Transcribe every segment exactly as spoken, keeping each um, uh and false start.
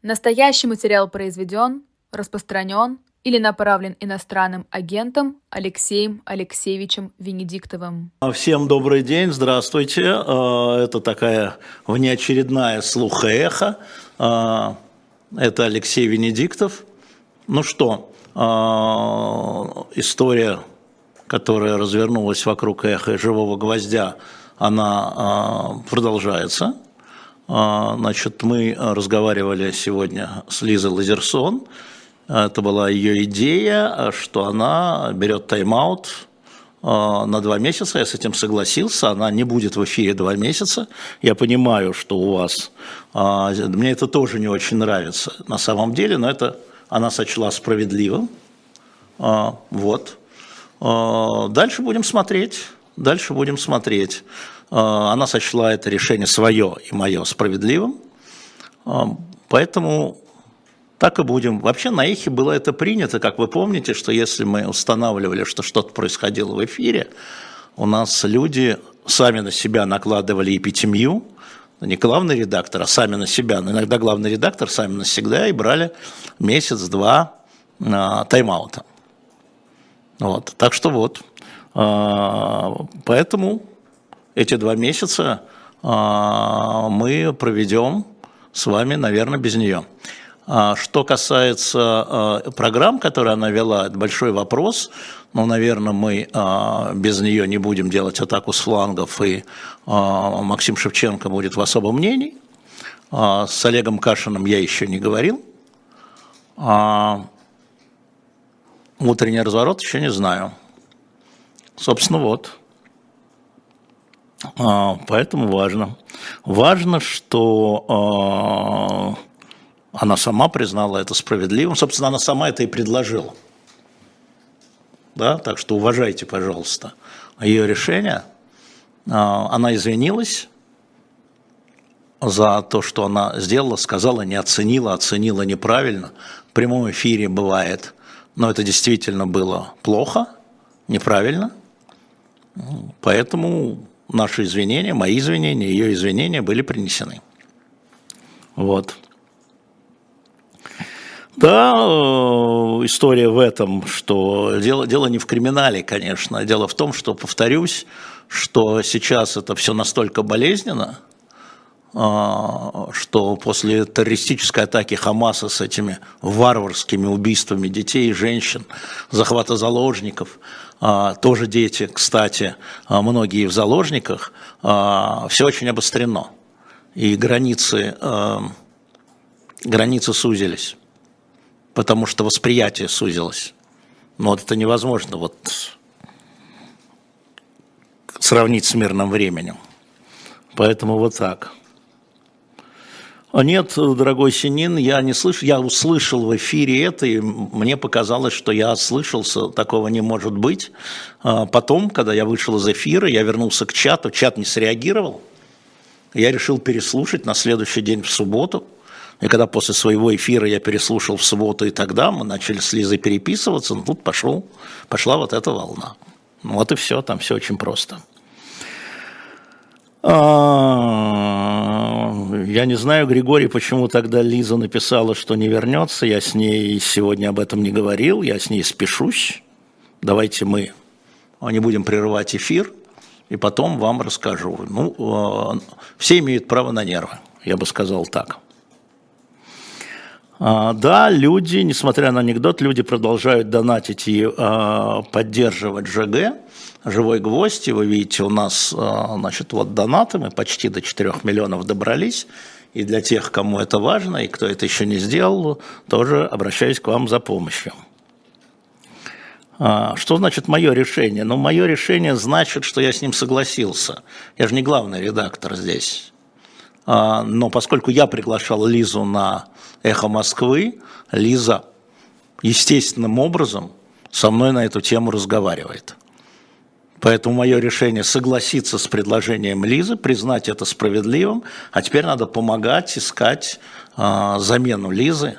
Настоящий материал произведен, распространен или направлен иностранным агентом Алексеем Алексеевичем Венедиктовым. Всем добрый день, здравствуйте. Это такая внеочередная слуха-эхо. Это Алексей Венедиктов. Ну что, история, которая развернулась вокруг эха и живого гвоздя, она продолжается. Значит, мы разговаривали сегодня с Лизой Лазерсон. Это была ее идея, что она берет тайм-аут на два месяца. Я с этим согласился. Она не будет в эфире два месяца. Я понимаю, что у вас... Мне это тоже не очень нравится на самом деле, но это она сочла справедливым. Вот. Дальше будем смотреть. Дальше будем смотреть. Она сочла это решение свое и мое справедливым. Поэтому... Так и будем. Вообще на эхе было это принято, как вы помните, что если мы устанавливали, что что-то происходило в эфире, у нас люди сами на себя накладывали эпитемию, не главный редактор, а сами на себя, но иногда главный редактор сами на себя, и брали месяц-два а, тайм-аута. Вот. Так что вот. А, поэтому эти два месяца а, мы проведем с вами, наверное, без нее. Что касается э, программ, которые она вела, это большой вопрос. Но, наверное, мы э, без нее не будем делать атаку с флангов, и э, Максим Шевченко будет в особом мнении. Э, с Олегом Кашиным я еще не говорил. А утренний разворот еще не знаю. Собственно, вот. А, поэтому важно. Важно, что... Э, Она сама признала это справедливым. Собственно, она сама это и предложила. Да? Так что уважайте, пожалуйста, ее решение. Она извинилась за то, что она сделала, сказала, не оценила, оценила неправильно. В прямом эфире бывает. Но это действительно было плохо, неправильно. Поэтому наши извинения, мои извинения, ее извинения были принесены. Вот. Да, история в этом, что дело, дело не в криминале, конечно, дело в том, что, повторюсь, что сейчас это все настолько болезненно, что после террористической атаки Хамаса с этими варварскими убийствами детей и женщин, захвата заложников, тоже дети, кстати, многие в заложниках, все очень обострено, и границы, границы сузились. Потому что восприятие сузилось. Но вот это невозможно вот сравнить с мирным временем. Поэтому вот так. А нет, дорогой Синин, я не слышу, я услышал в эфире это, и мне показалось, что я ослышался, такого не может быть. Потом, когда я вышел из эфира, я вернулся к чату, чат не среагировал. Я решил переслушать на следующий день в субботу. И когда после своего эфира я переслушал в субботу, и тогда мы начали с Лизой переписываться, ну, тут пошел, пошла вот эта волна. Ну, вот и все, там все очень просто. Я не знаю, Григорий, почему тогда Лиза написала, что не вернется. Я с ней сегодня об этом не говорил, я с ней спешусь. Давайте мы не будем прерывать эфир, и потом вам расскажу. Ну, все имеют право на нервы, я бы сказал так. Да, люди, несмотря на анекдот, люди продолжают донатить и э, поддерживать ЖГ, живой гвоздь. И вы видите, у нас, э, значит, вот донаты, мы почти до четырёх миллионов добрались. И для тех, кому это важно, и кто это еще не сделал, тоже обращаюсь к вам за помощью. А, что значит мое решение? Ну, мое решение значит, что я с ним согласился. Я же не главный редактор здесь. А, но поскольку я приглашал Лизу на «Эхо Москвы», Лиза естественным образом со мной на эту тему разговаривает. Поэтому мое решение согласиться с предложением Лизы, признать это справедливым, а теперь надо помогать, искать э, замену Лизы э,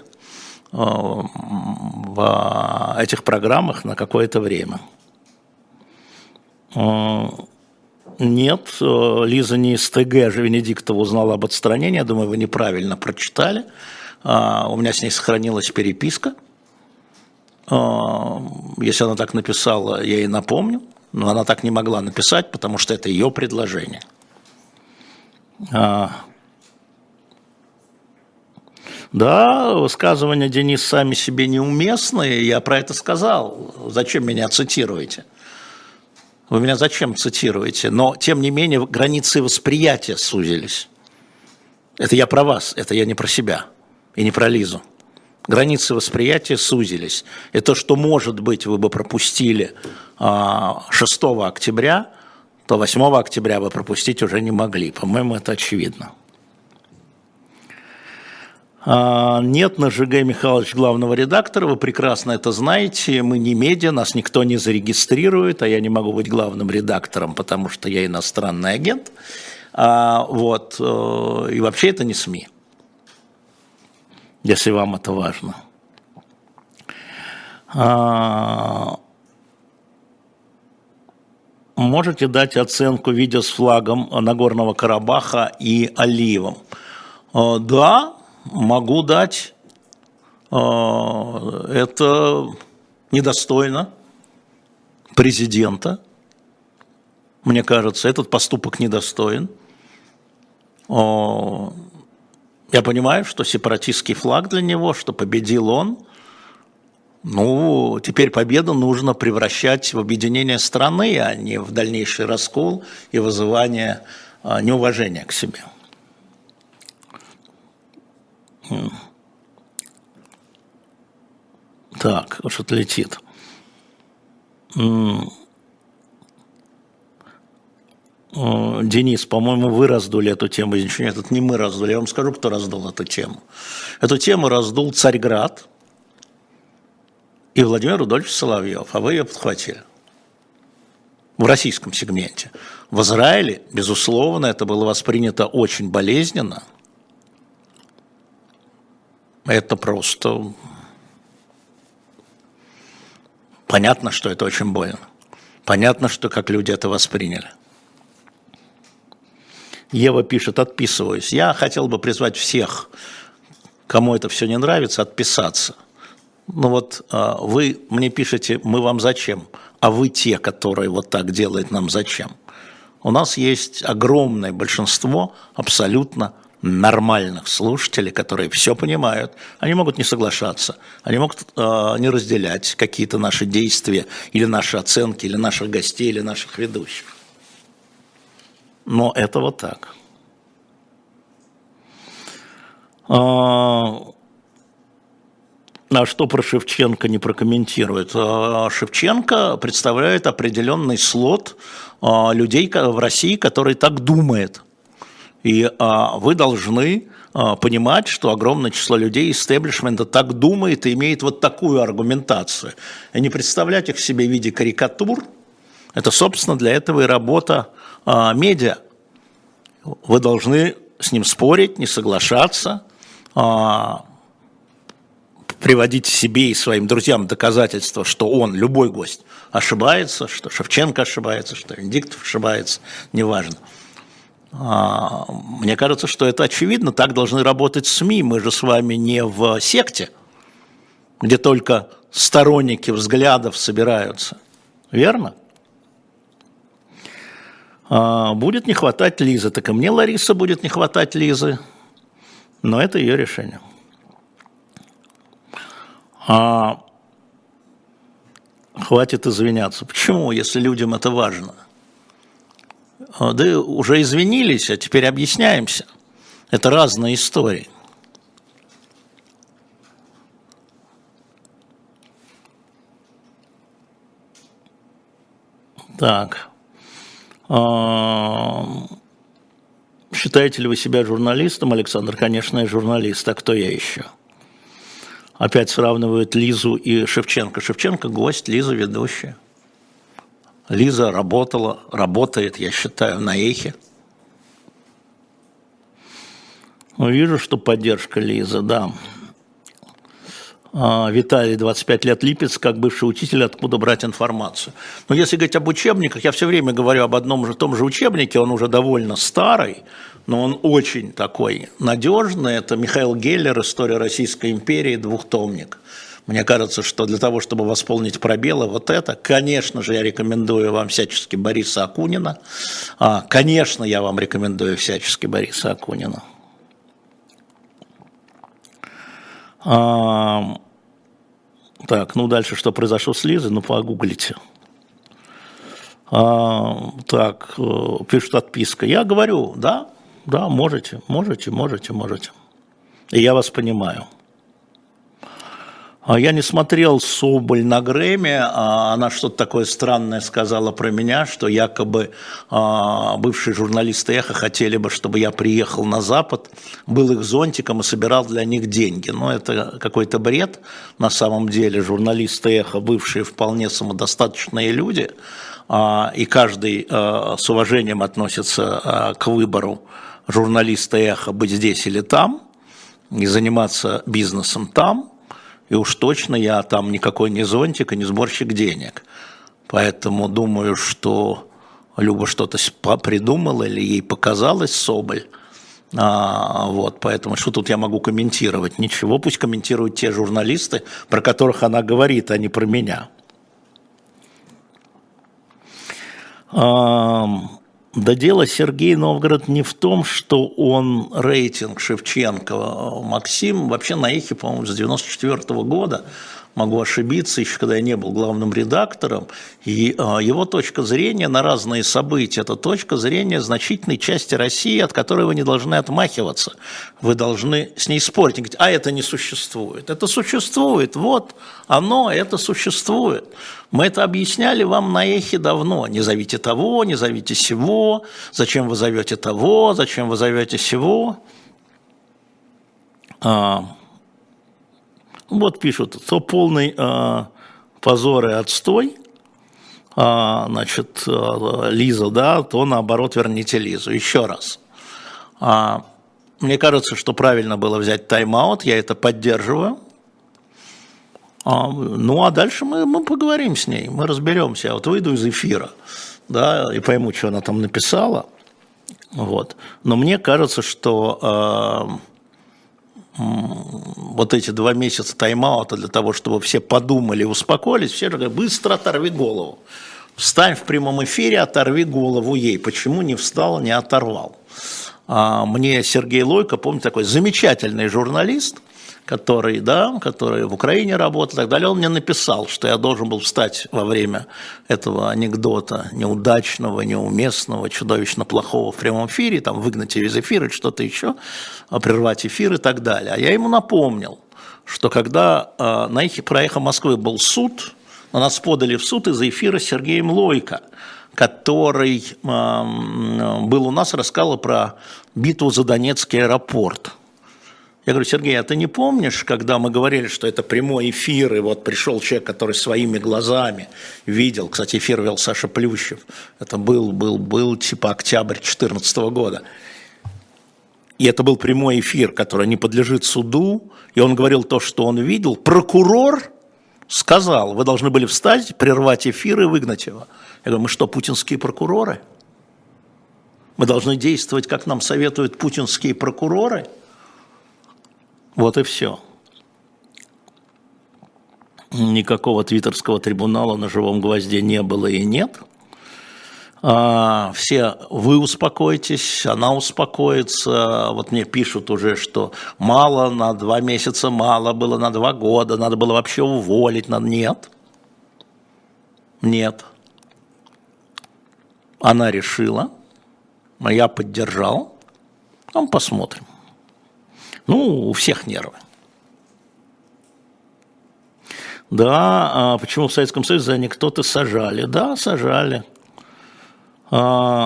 в этих программах на какое-то время. Э, нет, Лиза не из ТГ, же Венедиктова узнала об отстранении, я думаю, вы неправильно прочитали. У меня с ней сохранилась переписка. Если она так написала, я ей напомню. Но она так не могла написать, потому что это ее предложение. Да, высказывания, Денис, сами себе неуместные. Я про это сказал. Зачем меня цитируете? Вы меня зачем цитируете? Но, тем не менее, границы восприятия сузились. Это я про вас, это я не про себя и не про Лизу. Границы восприятия сузились. И то, что, может быть, вы бы пропустили шестого октября, то восьмого октября вы пропустить уже не могли. По-моему, это очевидно. Нет на ЖГ Михайлович главного редактора, вы прекрасно это знаете, мы не медиа, нас никто не зарегистрирует, а я не могу быть главным редактором, потому что я иностранный агент, а, вот, и вообще это не СМИ, если вам это важно. А, можете дать оценку видео с флагом Нагорного Карабаха и Алиевым? А, да. Могу дать, это недостойно президента, мне кажется, этот поступок недостоин. Я понимаю, что сепаратистский флаг для него, что победил он, ну, теперь победу нужно превращать в объединение страны, а не в дальнейший раскол и вызывание неуважения к себе. Так, что-то летит. Денис, по-моему, вы раздули эту тему. Нет, это не мы раздули. Я вам скажу, кто раздул эту тему. Эту тему раздул Царьград и Владимир Рудольфович Соловьев, а вы ее подхватили. В российском сегменте. В Израиле, безусловно, это было воспринято очень болезненно. Это просто понятно, что это очень больно. Понятно, что как люди это восприняли. Ева пишет, отписываюсь. Я хотел бы призвать всех, кому это все не нравится, отписаться. Ну вот вы мне пишете, мы вам зачем? А вы те, которые вот так делают, нам зачем? У нас есть огромное большинство абсолютно нормальных слушателей, которые все понимают, они могут не соглашаться, они могут э, не разделять какие-то наши действия или наши оценки, или наших гостей, или наших ведущих. Но это вот так. А, а что про Шевченко не прокомментирует? А, Шевченко представляет определенный слот а, людей в России, которые так думают. И а, вы должны а, понимать, что огромное число людей истеблишмента так думает и имеет вот такую аргументацию. И не представлять их себе в виде карикатур, это, собственно, для этого и работа а, медиа. Вы должны с ним спорить, не соглашаться, а, приводить себе и своим друзьям доказательства, что он, любой гость, ошибается, что Шевченко ошибается, что Венедиктов ошибается, неважно. Мне кажется, что это очевидно, так должны работать СМИ. Мы же с вами не в секте, где только сторонники взглядов собираются. Верно? Будет не хватать Лизы, так и мне, Лариса, будет не хватать Лизы, но это ее решение. Хватит извиняться. Почему, если людям это важно? Да уже извинились, а теперь объясняемся. Это разные истории. Так. Считаете ли вы себя журналистом, Александр? Конечно, я журналист. А кто я еще? Опять сравнивают Лизу и Шевченко. Шевченко гость, Лиза ведущая. Лиза работала, работает, я считаю, на Эхе. Вижу, что поддержка Лизы, да. Виталий, двадцать пять лет, Липецк, как бывший учитель, откуда брать информацию? Но если говорить об учебниках, я все время говорю об одном же том же учебнике, он уже довольно старый, но он очень такой надежный. Это Михаил Геллер «История Российской империи», двухтомник. Мне кажется, что для того, чтобы восполнить пробелы, вот это, конечно же, я рекомендую вам всячески Бориса Акунина. А, конечно, я вам рекомендую всячески Бориса Акунина. А, так, ну дальше, что произошло с Лизой, ну погуглите. А, так, пишут отписка. Я говорю, да, да, можете, можете, можете, можете. И я вас понимаю. Я не смотрел Соболь на Грэмми, она что-то такое странное сказала про меня, что якобы бывшие журналисты «Эхо» хотели бы, чтобы я приехал на Запад, был их зонтиком и собирал для них деньги. Но это какой-то бред. На самом деле журналисты «Эхо» бывшие вполне самодостаточные люди, и каждый с уважением относится к выбору журналиста «Эхо» быть здесь или там, и заниматься бизнесом там. И уж точно я там никакой не зонтик и не сборщик денег. Поэтому думаю, что Люба что-то придумала или ей показалось, Соболь. А, вот, поэтому что тут я могу комментировать? Ничего, пусть комментируют те журналисты, про которых она говорит, а не про меня. А, да дело Сергей Новгород не в том, что он рейтинг Шевченко. Максим вообще на «Эхе», по-моему, с девяносто четвёртого года, могу ошибиться, еще когда я не был главным редактором, и а, его точка зрения на разные события – это точка зрения значительной части России, от которой вы не должны отмахиваться. Вы должны с ней спорить и говорить, а это не существует. Это существует, вот оно, это существует. Мы это объясняли вам на «Эхе» давно. Не зовите того, не зовите сего, зачем вы зовете того, зачем вы зовете сего. А, вот пишут, то полный а, позор и отстой, а, значит, а, Лиза, да, то наоборот верните Лизу. Еще раз. А, мне кажется, что правильно было взять тайм-аут, я это поддерживаю. А, ну, а дальше мы, мы поговорим с ней, мы разберемся. Я вот выйду из эфира, да, и пойму, что она там написала. Вот. Но мне кажется, что э, э, вот эти два месяца тайм-аута для того, чтобы все подумали и успокоились, все же говорят, быстро оторви голову. Встань в прямом эфире, оторви голову ей. Почему не встал, не оторвал? А мне Сергей Лойко, помните, такой замечательный журналист, который, да, который в Украине работал и так далее, он мне написал, что я должен был встать во время этого анекдота неудачного, неуместного, чудовищно плохого в прямом эфире, там, выгнать ее из эфира, что-то еще, прервать эфир и так далее. А я ему напомнил, что когда э, на эхе, про «Эхо Москвы» был суд, на нас подали в суд из-за эфира с Сергеем Лойко, который э, был у нас, рассказал про битву за Донецкий аэропорт. Я говорю, Сергей, а ты не помнишь, когда мы говорили, что это прямой эфир, и вот пришел человек, который своими глазами видел, кстати, эфир вел Саша Плющев, это был, был, был типа октябрь две тысячи четырнадцатого года, и это был прямой эфир, который не подлежит суду, и он говорил то, что он видел, прокурор сказал, вы должны были встать, прервать эфир и выгнать его. Я говорю, мы что, путинские прокуроры? Мы должны действовать, как нам советуют путинские прокуроры? Вот и все. Никакого твиттерского трибунала на живом гвозде не было и нет. А, все, вы успокойтесь, она успокоится. Вот мне пишут уже, что мало, на два месяца мало было, на два года, надо было вообще уволить. Надо... Нет. Нет. Она решила, я поддержал, а мы посмотрим. Ну, у всех нервы. Да, а почему в Советском Союзе анекдоты сажали? Да, сажали. А,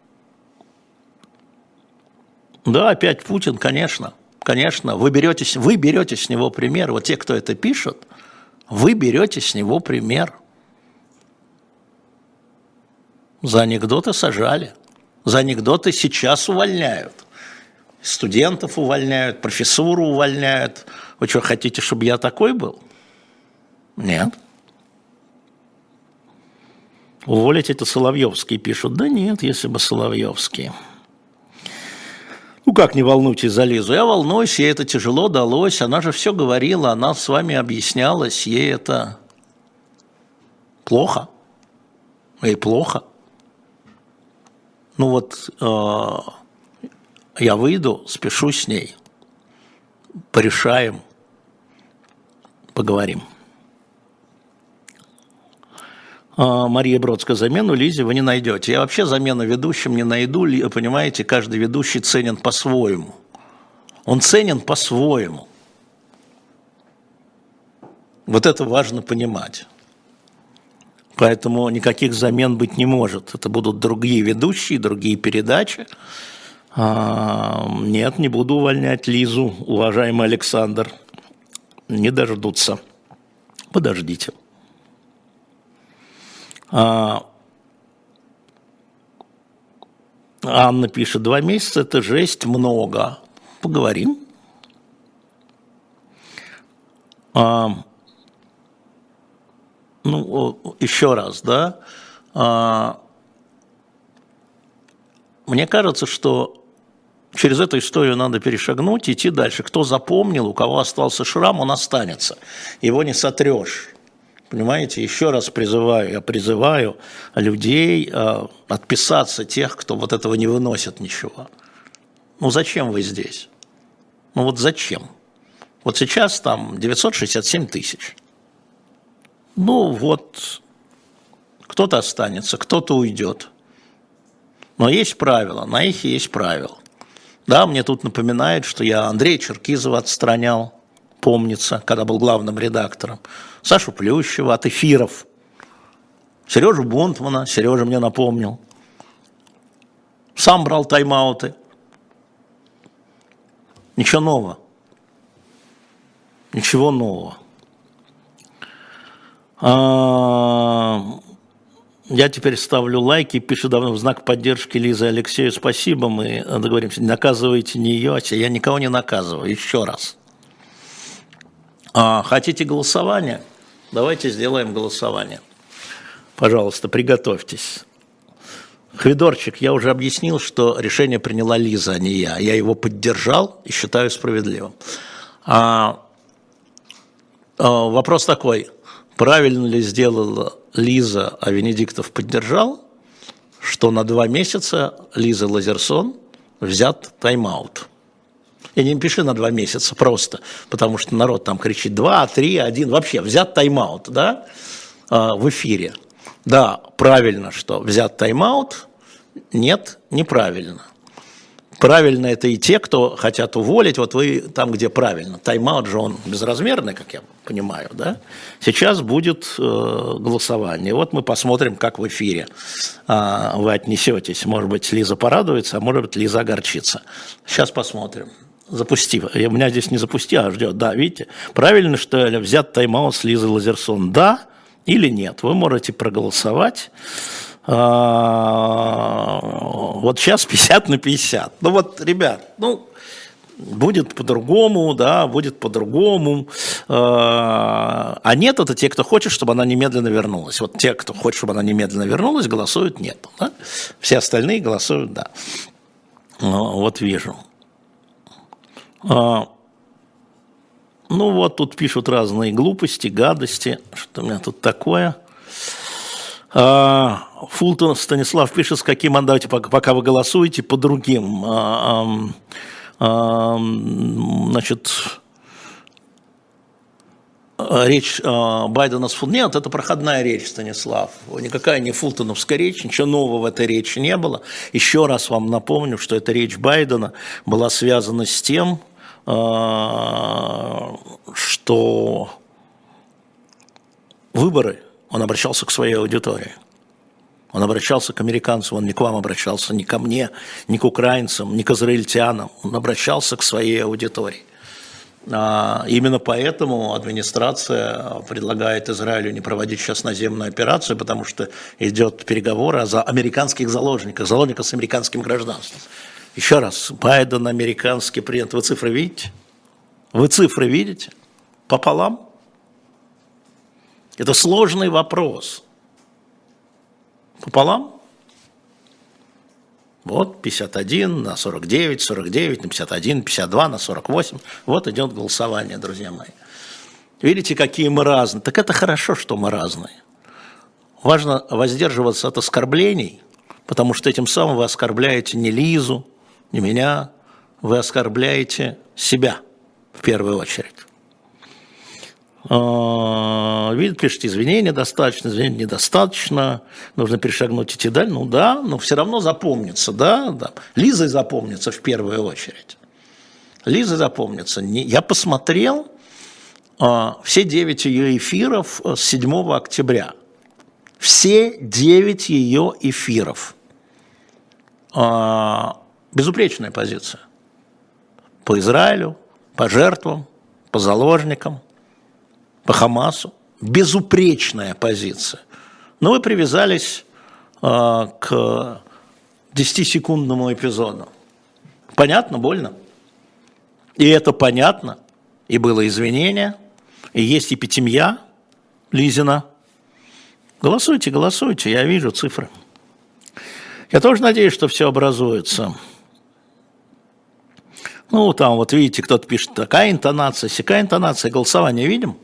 да, опять Путин, конечно, конечно. Вы берете, вы берете с него пример. Вот те, кто это пишет, вы берете с него пример. За анекдоты сажали. За анекдоты сейчас увольняют. Студентов увольняют, профессуру увольняют. Вы что, хотите, чтобы я такой был? Нет. Уволить это Соловьевский пишут. Да нет, если бы Соловьевский. Ну как не волнуйтесь за Лизу? Я волнуюсь, ей это тяжело далось. Она же все говорила, она с вами объяснялась, ей это плохо. Ей плохо. Ну вот э, я выйду, спешу с ней, порешаем, поговорим. Мария Бродская: замену Лизе вы не найдете. Я вообще замену ведущим не найду, понимаете, каждый ведущий ценен по-своему. Он ценен по-своему. Вот это важно понимать. Поэтому никаких замен быть не может. Это будут другие ведущие, другие передачи. А, нет, не буду увольнять Лизу, уважаемый Александр. Не дождутся. Подождите. А, Анна пишет: два месяца – это жесть, много. Поговорим. А, ну, еще раз, да. А, мне кажется, что через эту историю надо перешагнуть, идти дальше. Кто запомнил, у кого остался шрам, он останется. Его не сотрешь. Понимаете, еще раз призываю, я призываю людей э, отписаться тех, кто вот этого не выносит ничего. Ну зачем вы здесь? Ну вот зачем? Вот сейчас там девятьсот шестьдесят семь тысяч. Ну вот, кто-то останется, кто-то уйдет. Но есть правила, на эхе есть правила. Да, мне тут напоминает, что я Андрея Черкизова отстранял, помнится, когда был главным редактором. Сашу Плющева от эфиров, Сережу Бунтмана, Сережа мне напомнил. Сам брал тайм-ауты. Ничего нового. Ничего нового. Я теперь ставлю лайки, пишу давно в знак поддержки Лизы Алексею. Спасибо, мы договоримся. Не наказывайте не ее, я никого не наказываю. Еще раз. Хотите голосование? Давайте сделаем голосование. Пожалуйста, приготовьтесь. Хвидорчик, я уже объяснил, что решение приняла Лиза, а не я. Я его поддержал и считаю справедливым. А, а, вопрос такой. Правильно ли сделала Лиза, а Венедиктов поддержал, что на два месяца Лиза Лазерсон взят тайм-аут? И не пиши на два месяца просто, потому что народ там кричит два, три, один, вообще взят тайм-аут, да, в эфире. Да, правильно, что взят тайм-аут, нет, неправильно. Правильно это и те, кто хотят уволить, вот вы там, где правильно. Тайм-аут же он безразмерный, как я понимаю, да. Сейчас будет э, голосование, вот мы посмотрим, как в эфире э, вы отнесетесь. Может быть, Лиза порадуется, а может быть, Лиза огорчится. Сейчас посмотрим. Запусти. У меня здесь не запусти, а ждет. Да, видите? Правильно, что взят тайм-аут с Лизой Лазерсон? Да или нет? Вы можете проголосовать. Вот сейчас пятьдесят на пятьдесят. Ну вот, ребят, ну, будет по-другому, да, будет по-другому. А нет, это те, кто хочет, чтобы она немедленно вернулась. Вот те, кто хочет, чтобы она немедленно вернулась, голосуют нет. Да? Все остальные голосуют да. Вот вижу. А, ну вот тут пишут разные глупости, гадости. Что у меня тут такое? А, Фултон Станислав пишет, с каким мандате, пока вы голосуете, по другим. А, а, значит, речь а, Байдена с Фултоном. Нет, это проходная речь, Станислав. Никакая не фултоновская речь, ничего нового в этой речи не было. Еще раз вам напомню, что эта речь Байдена была связана с тем, что выборы, он обращался к своей аудитории, он обращался к американцам, он не к вам обращался, не ко мне, не к украинцам, не к израильтянам, он обращался к своей аудитории. Именно поэтому администрация предлагает Израилю не проводить сейчас наземную операцию, потому что идет переговоры о американских заложниках, заложниках с американским гражданством. Еще раз, Байден американский президент. Вы цифры видите? Вы цифры видите? Пополам? Это сложный вопрос. Пополам? Вот пятьдесят один на сорок девять, сорок девять на пятьдесят один, пятьдесят два на сорок восемь. Вот идет голосование, друзья мои. Видите, какие мы разные. Так это хорошо, что мы разные. Важно воздерживаться от оскорблений, потому что этим самым вы оскорбляете не Лизу, не меня, вы оскорбляете себя в первую очередь. Видите, пишите, извинения достаточно, извинения недостаточно, нужно перешагнуть идти дальше. Ну да, но все равно запомнится, да, да. Лизой запомнится в первую очередь. Лиза запомнится. Я посмотрел а, все девять ее эфиров с седьмого октября. Все девять ее эфиров. А, безупречная позиция. По Израилю, по жертвам, по заложникам, по Хамасу. Безупречная позиция. Но вы привязались а, к десятисекундному эпизоду. Понятно, больно? И это понятно. И было извинение, и есть эпитемья Лизина. Голосуйте, голосуйте, я вижу цифры. Я тоже надеюсь, что все образуется. Ну, там вот видите, кто-то пишет, такая интонация, сякая интонация. Голосование видим?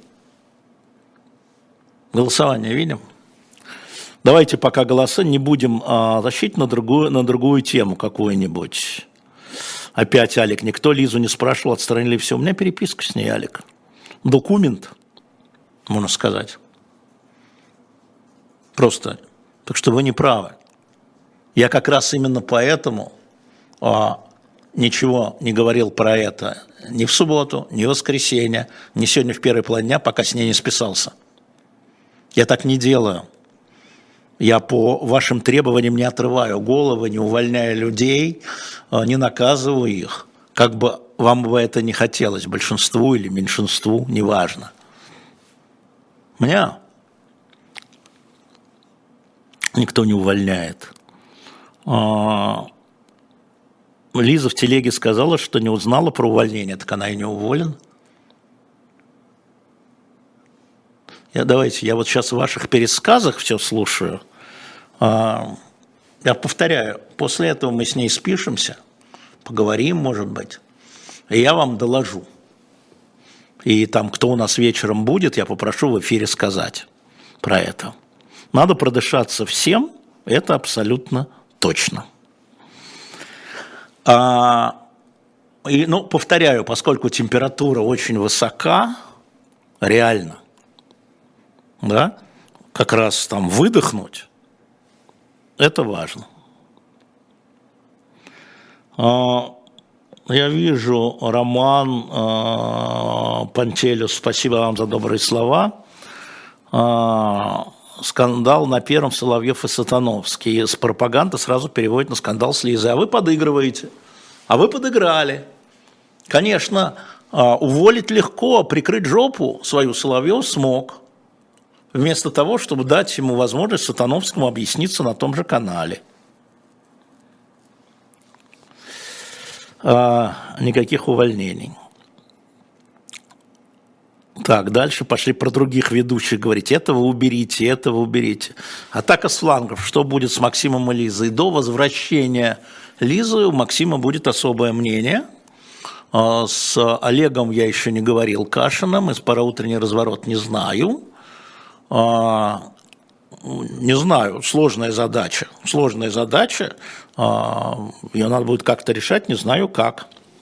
Голосование видим? Давайте пока голоса не будем а, тащить на другую, на другую тему какую-нибудь. Опять, Алик, никто Лизу не спрашивал, отстранили все. У меня переписка с ней, Алик. Документ, можно сказать. Просто. Так что вы не правы. Я как раз именно поэтому а, ничего не говорил про это ни в субботу, ни в воскресенье, ни сегодня в первой половине дня, пока с ней не списался. Я так не делаю. Я по вашим требованиям не отрываю головы, не увольняю людей, не наказываю их. Как бы вам бы это не хотелось, большинству или меньшинству, неважно. Меня никто не увольняет. Лиза в телеге сказала, что не узнала про увольнение, так она и не уволена. Я, давайте, я вот сейчас в ваших пересказах все слушаю. Я повторяю, после этого мы с ней спишемся, поговорим, может быть, и я вам доложу. И там, кто у нас вечером будет, я попрошу в эфире сказать про это. Надо продышаться всем, это абсолютно точно. А, и, ну, повторяю, поскольку температура очень высока, реально, да, как раз там выдохнуть, это важно. А, я вижу, Роман а, Пантелюс, спасибо вам за добрые слова. А, скандал на первом Соловьев и Сатановский. С пропаганды сразу переводит на скандал с Лизой. А вы подыгрываете. А вы подыграли. Конечно, уволить легко, прикрыть жопу свою Соловьев смог. Вместо того, чтобы дать ему возможность Сатановскому объясниться на том же канале. А, никаких увольнений. Так, дальше пошли про других ведущих говорить. Этого уберите, этого уберите. Атака с флангов. Что будет с Максимом и Лизой? До возвращения Лизы у Максима будет особое мнение. С Олегом я еще не говорил, Кашиным. Из «Пора утренний разворот» не знаю. Не знаю, сложная задача. Сложная задача. Ее надо будет как-то решать, не знаю как.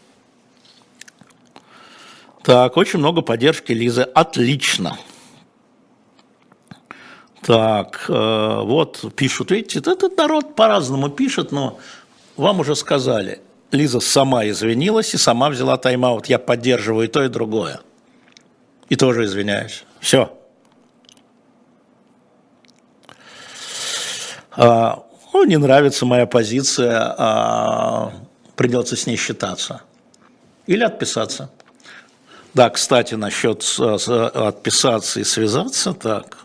Так, очень много поддержки Лизы. Отлично. Так, вот пишут, видите, этот народ по-разному пишет, но вам уже сказали, Лиза сама извинилась и сама взяла тайм-аут. Я поддерживаю и то, и другое. И тоже извиняюсь. Все. А, ну, не нравится моя позиция, а, придется с ней считаться. Или отписаться. Да, кстати, насчет отписаться и связаться, так.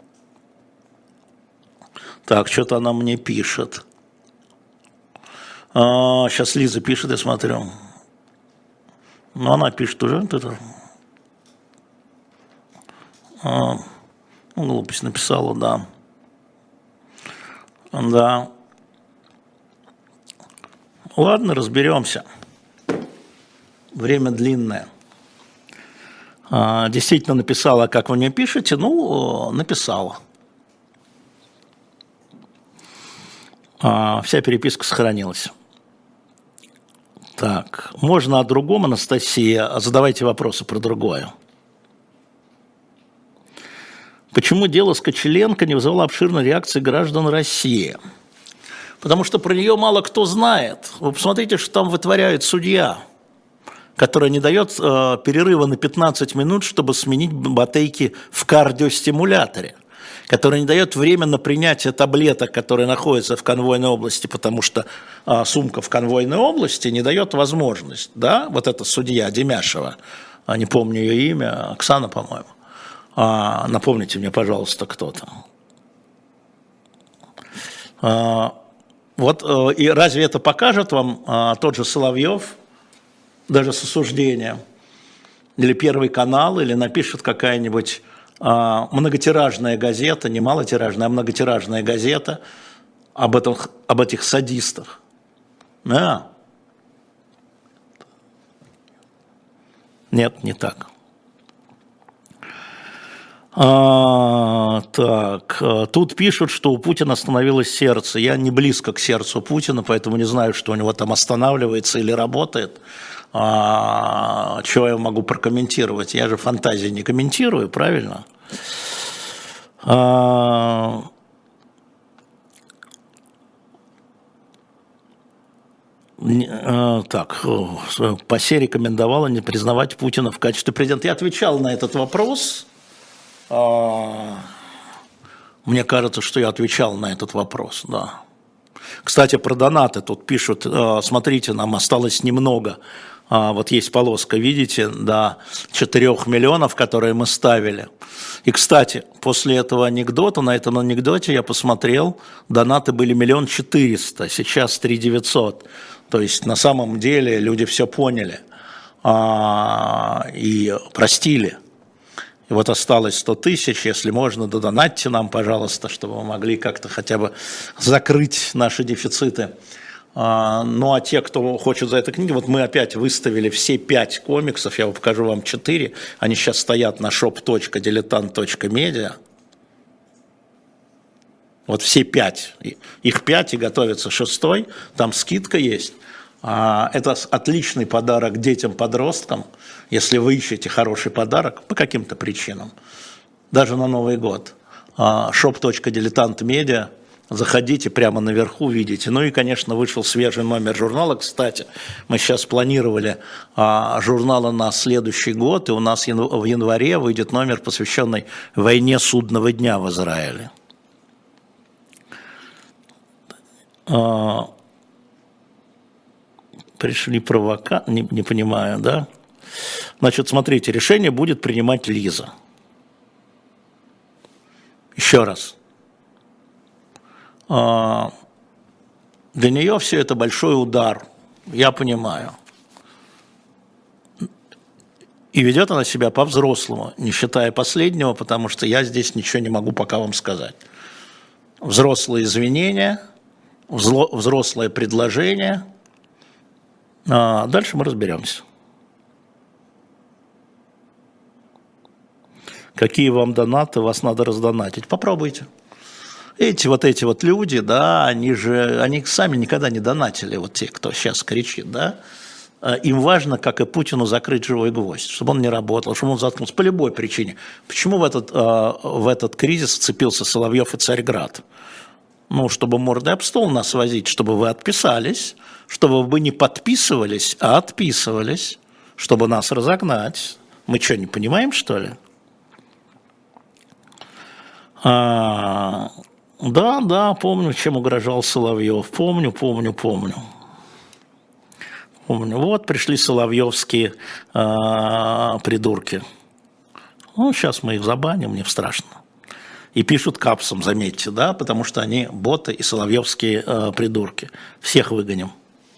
Так, что-то она мне пишет. А, сейчас Лиза пишет, я смотрю. Ну, она пишет уже. Это... А, ну, глупость написала, да. Да. Ладно, разберемся. Время длинное. Действительно написала, как вы мне пишете, ну, написала. Вся переписка сохранилась. Так, можно о другом, Анастасия? Задавайте вопросы про другое. Почему дело Скочеленко не вызвало обширной реакции граждан России? Потому что про нее мало кто знает. Вы посмотрите, что там вытворяет судья, которая не дает э, перерыва на пятнадцать минут, чтобы сменить батарейки в кардиостимуляторе, которая не дает время на принятие таблеток, которые находятся в конвойной области, потому что э, сумка в конвойной области не дает возможность. Да? Вот эта судья Демяшева, не помню ее имя, Оксана, по-моему. А, напомните мне, пожалуйста, кто-то. А, вот, и разве это покажет вам а, тот же Соловьев, даже с осуждением, или Первый канал, или напишет какая-нибудь а, многотиражная газета, не малотиражная, а многотиражная газета об, этом, об этих садистах? Да. Нет, не так. А, так, тут пишут, что у Путина остановилось сердце. Я не близко к сердцу Путина, поэтому не знаю, что у него там останавливается или работает. А, чего я могу прокомментировать? Я же фантазии не комментирую, правильно? А, так, ПАСЕ рекомендовала не признавать Путина в качестве президента. Я отвечал на этот вопрос. Мне кажется, что я отвечал на этот вопрос, да. Кстати, про донаты тут пишут, смотрите, нам осталось немного. Вот есть полоска, видите, до четырёх миллионов, которые мы ставили. И, кстати, после этого анекдота, на этом анекдоте я посмотрел, донаты были миллион четыреста, сейчас три девятьсот. То есть на самом деле люди все поняли и простили. И вот осталось сто тысяч, если можно, додонатьте нам, пожалуйста, чтобы мы могли как-то хотя бы закрыть наши дефициты. Ну, а те, кто хочет за это книги, вот мы опять выставили все пять комиксов, я покажу вам четыре, они сейчас стоят на шоп точка дилетант точка медиа. Вот все пять, их пять и готовится шестой, там скидка есть. Это отличный подарок детям-подросткам, если вы ищете хороший подарок по каким-то причинам, даже на Новый год. шоп точка дилетант точка медиа, заходите, прямо наверху видите. Ну и, конечно, вышел свежий номер журнала. Кстати, мы сейчас планировали журнала на следующий год, и у нас в январе выйдет номер, посвященный войне судного дня в Израиле. Пришли провока... Не, не понимаю, да? Значит, смотрите, решение будет принимать Лиза. Еще раз. Для нее все это большой удар, я понимаю. И ведет она себя по-взрослому, не считая последнего, потому что я здесь ничего не могу пока вам сказать. Взрослые извинения, взрослое предложение. А дальше мы разберемся. Какие вам донаты, вас надо раздонатить? Попробуйте. Эти вот эти вот люди, да, они же, они сами никогда не донатили, вот те, кто сейчас кричит, да. Им важно, как и Путину, закрыть живой гвоздь, чтобы он не работал, чтобы он заткнулся по любой причине. Почему в этот, в этот кризис вцепился Соловьев и Царьград? Ну, чтобы мордой об стол нас возить, чтобы вы отписались, чтобы вы не подписывались, а отписывались, чтобы нас разогнать. Мы что, не понимаем, что ли? А, да, да, помню, чем угрожал Соловьев. Помню, помню, помню. Помню. Вот пришли соловьевские а, придурки. Ну, сейчас мы их забаним, мне страшно. И пишут капсом, заметьте, да, потому что они боты и соловьевские э, придурки. Всех выгоним.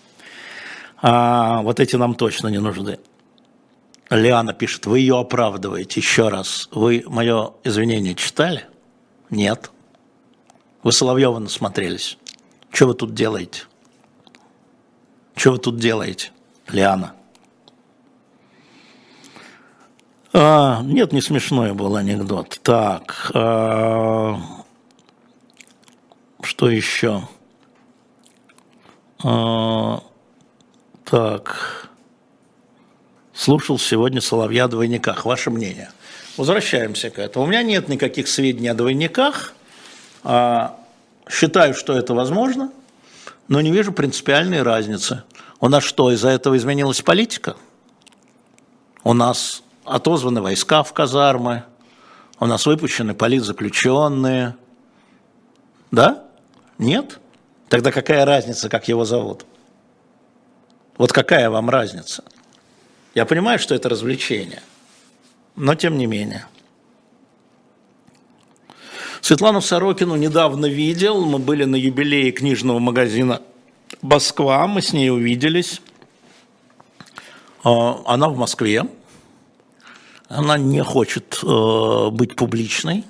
А вот эти нам точно не нужны. Лиана пишет, вы ее оправдываете. Еще раз, вы мое извинение читали? Нет. Вы Соловьева насмотрелись. Что вы тут делаете? Что вы тут делаете, Лиана? А, нет, не смешной был анекдот. Так, а, что еще? А, так, слушал сегодня Соловья о двойниках. Ваше мнение? Возвращаемся к этому. У меня нет никаких сведений о двойниках. А, считаю, что это возможно, но не вижу принципиальной разницы. У нас что, из-за этого изменилась политика? У нас отозваны войска в казармы, у нас выпущены политзаключенные. Да? Нет? Тогда какая разница, как его зовут? Вот какая вам разница? Я понимаю, что это развлечение, но тем не менее. Светлану Сорокину недавно видел, мы были на юбилее книжного магазина «Москва», мы с ней увиделись. Она в Москве. Она не хочет э, быть публичной.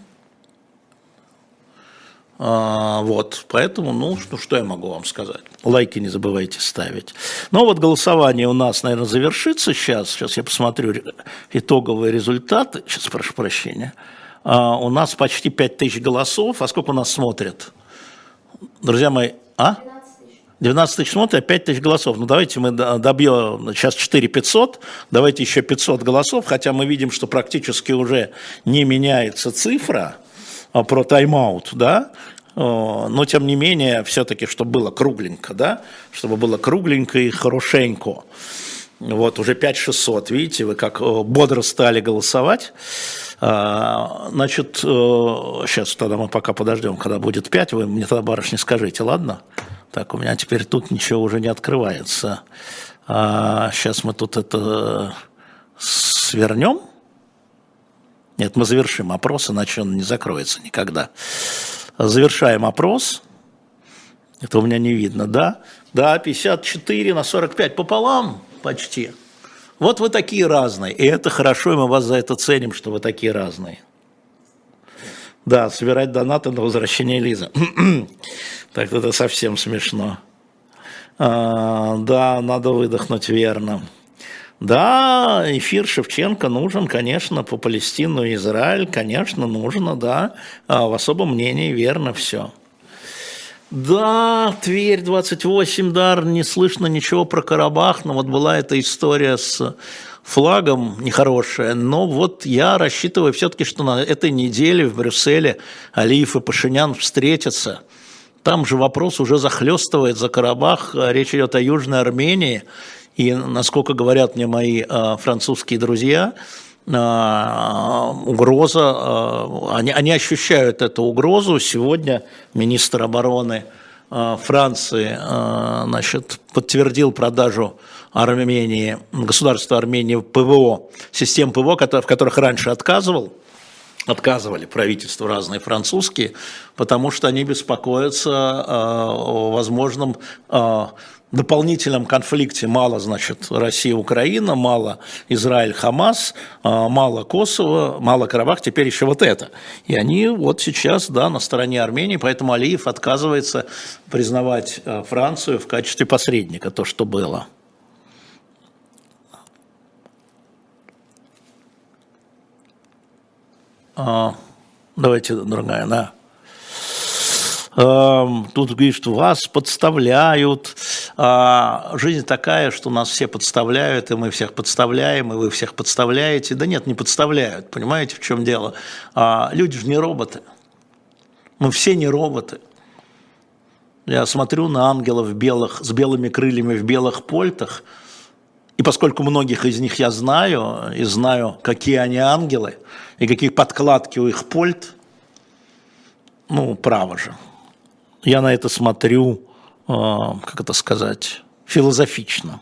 А, вот, поэтому, ну, что, что я могу вам сказать? Лайки не забывайте ставить. Ну, вот голосование у нас, наверное, завершится сейчас. Сейчас я посмотрю итоговые результаты. Сейчас прошу прощения. А, у нас почти пять тысяч голосов. А сколько у нас смотрят? Друзья мои, а? двенадцать тысяч смотрят, пять тысяч голосов. Ну, давайте мы добьем сейчас четыре тысячи пятьсот, давайте еще пятьсот голосов, хотя мы видим, что практически уже не меняется цифра про тайм-аут, да, но тем не менее, все-таки, чтобы было кругленько, да, чтобы было кругленько и хорошенько. Вот, уже пять тысяч шестьсот, видите, вы как бодро стали голосовать. Значит, сейчас тогда мы пока подождем, когда будет пять, вы мне тогда, барышни, скажите, ладно? Так, у меня теперь тут ничего уже не открывается. А, сейчас мы тут это свернем. Нет, мы завершим опрос, иначе он не закроется никогда. Завершаем опрос. Это у меня не видно, да? Да, пятьдесят четыре на сорок пять пополам почти. Вот вы такие разные. И это хорошо, и мы вас за это ценим, что вы такие разные. Да, собирать донаты на возвращение Лизы. Так, это совсем смешно. А, да, надо выдохнуть, верно. Да, эфир Шевченко нужен, конечно, по Палестину и Израиль, конечно, нужно, да. А в особом мнении верно все. Да, Тверь двадцать восемь, дар, не слышно ничего про Карабах, но вот была эта история с флагом нехорошая, но вот я рассчитываю все-таки, что на этой неделе в Брюсселе Алиев и Пашинян встретятся. Там же вопрос уже захлестывает за Карабах, речь идет о Южной Армении, и, насколько говорят мне мои э, французские друзья, угроза, они, они ощущают эту угрозу. Сегодня министр обороны Франции, значит, подтвердил продажу Армении, государства Армении ПВО, систем ПВО, в которых раньше отказывал, отказывали правительства разные французские, потому что они беспокоятся о возможном дополнительном конфликте. Мало, значит, Россия-Украина, мало Израиль-Хамас, мало Косово, мало Карабах, теперь еще вот это. И они вот сейчас, да, на стороне Армении, поэтому Алиев отказывается признавать Францию в качестве посредника, то, что было. Давайте, другая, да. Тут говорит, что вас подставляют. Жизнь такая, что нас все подставляют, и мы всех подставляем, и вы всех подставляете. Да нет, не подставляют, понимаете, в чем дело? Люди же не роботы. Мы все не роботы. Я смотрю на ангелов белых, с белыми крыльями в белых польтах, и поскольку многих из них я знаю, и знаю, какие они ангелы, и какие подкладки у их польт, ну, право же. Я на это смотрю, как это сказать, философично.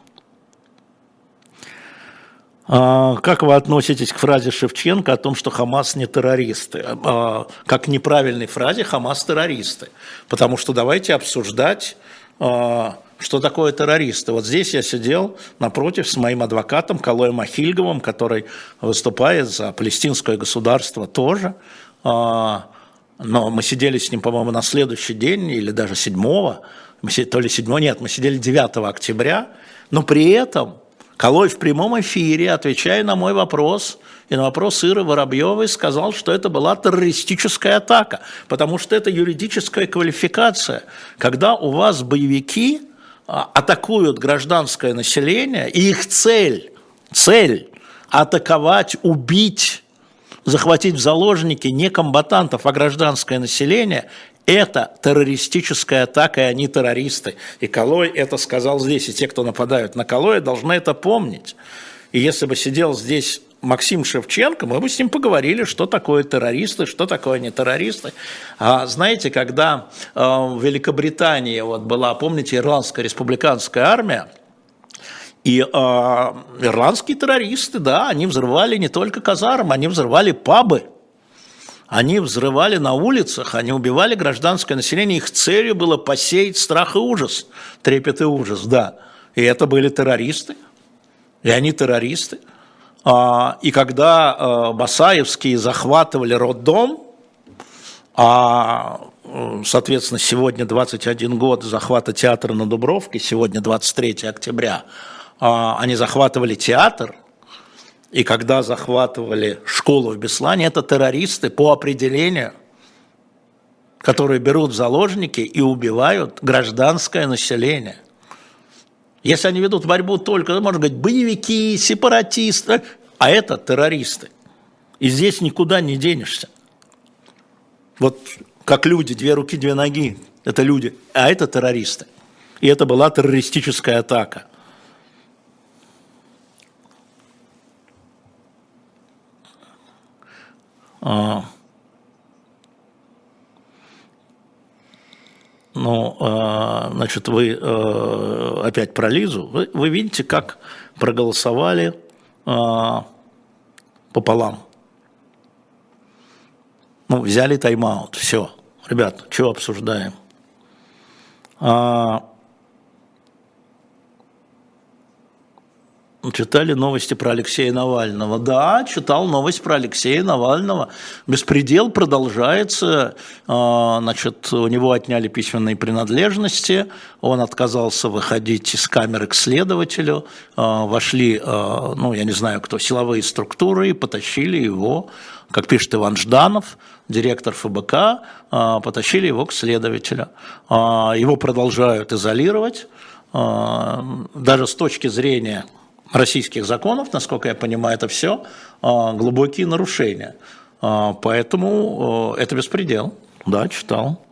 Как вы относитесь к фразе Шевченко о том, что Хамас не террористы? Как к неправильной фразе Хамас террористы. Потому что давайте обсуждать, что такое террористы. Вот здесь я сидел напротив с моим адвокатом Калоем Ахильговым, который выступает за палестинское государство тоже. Но мы сидели с ним, по-моему, на следующий день или даже седьмого, Мы сидели, то ли седьмого, нет, мы сидели девятого октября, но при этом Калой в прямом эфире, отвечая на мой вопрос и на вопрос Иры Воробьевой, сказал, что это была террористическая атака, потому что это юридическая квалификация. Когда у вас боевики атакуют гражданское население, и их цель, цель атаковать, убить, захватить в заложники не комбатантов, а гражданское население, это террористическая атака, и они террористы. И Калой это сказал здесь, и те, кто нападают на Калоя, должны это помнить. И если бы сидел здесь Максим Шевченко, мы бы с ним поговорили, что такое террористы, что такое не террористы. А знаете, когда э, в Великобритании вот была, помните, Ирландская республиканская армия, и э, ирландские террористы, да, они взрывали не только казармы, они взрывали пабы. Они взрывали на улицах, они убивали гражданское население, их целью было посеять страх и ужас, трепет и ужас, да. И это были террористы, и они террористы. И когда басаевские захватывали роддом, а, соответственно, сегодня двадцать один год захвата театра на Дубровке, сегодня двадцать третьего октября, они захватывали театр, и когда захватывали школу в Беслане, это террористы по определению, которые берут в заложники и убивают гражданское население. Если они ведут борьбу только, можно говорить, боевики, сепаратисты, а это террористы. И здесь никуда не денешься. Вот как люди, две руки, две ноги, это люди, а это террористы. И это была террористическая атака. А, ну, а, значит, вы а, опять про Лизу. Вы, вы видите, как проголосовали а, пополам. Ну, взяли тайм-аут. Все. Ребят, что обсуждаем? А, читали новости про Алексея Навального? Да, читал новость про Алексея Навального. Беспредел продолжается. Значит, у него отняли письменные принадлежности. Он отказался выходить из камеры к следователю. Вошли, ну, я не знаю кто, силовые структуры и потащили его, как пишет Иван Жданов, директор эф бэ ка, потащили его к следователю. Его продолжают изолировать. Даже с точки зрения российских законов, насколько я понимаю, это все глубокие нарушения. Поэтому это беспредел. Да, читал.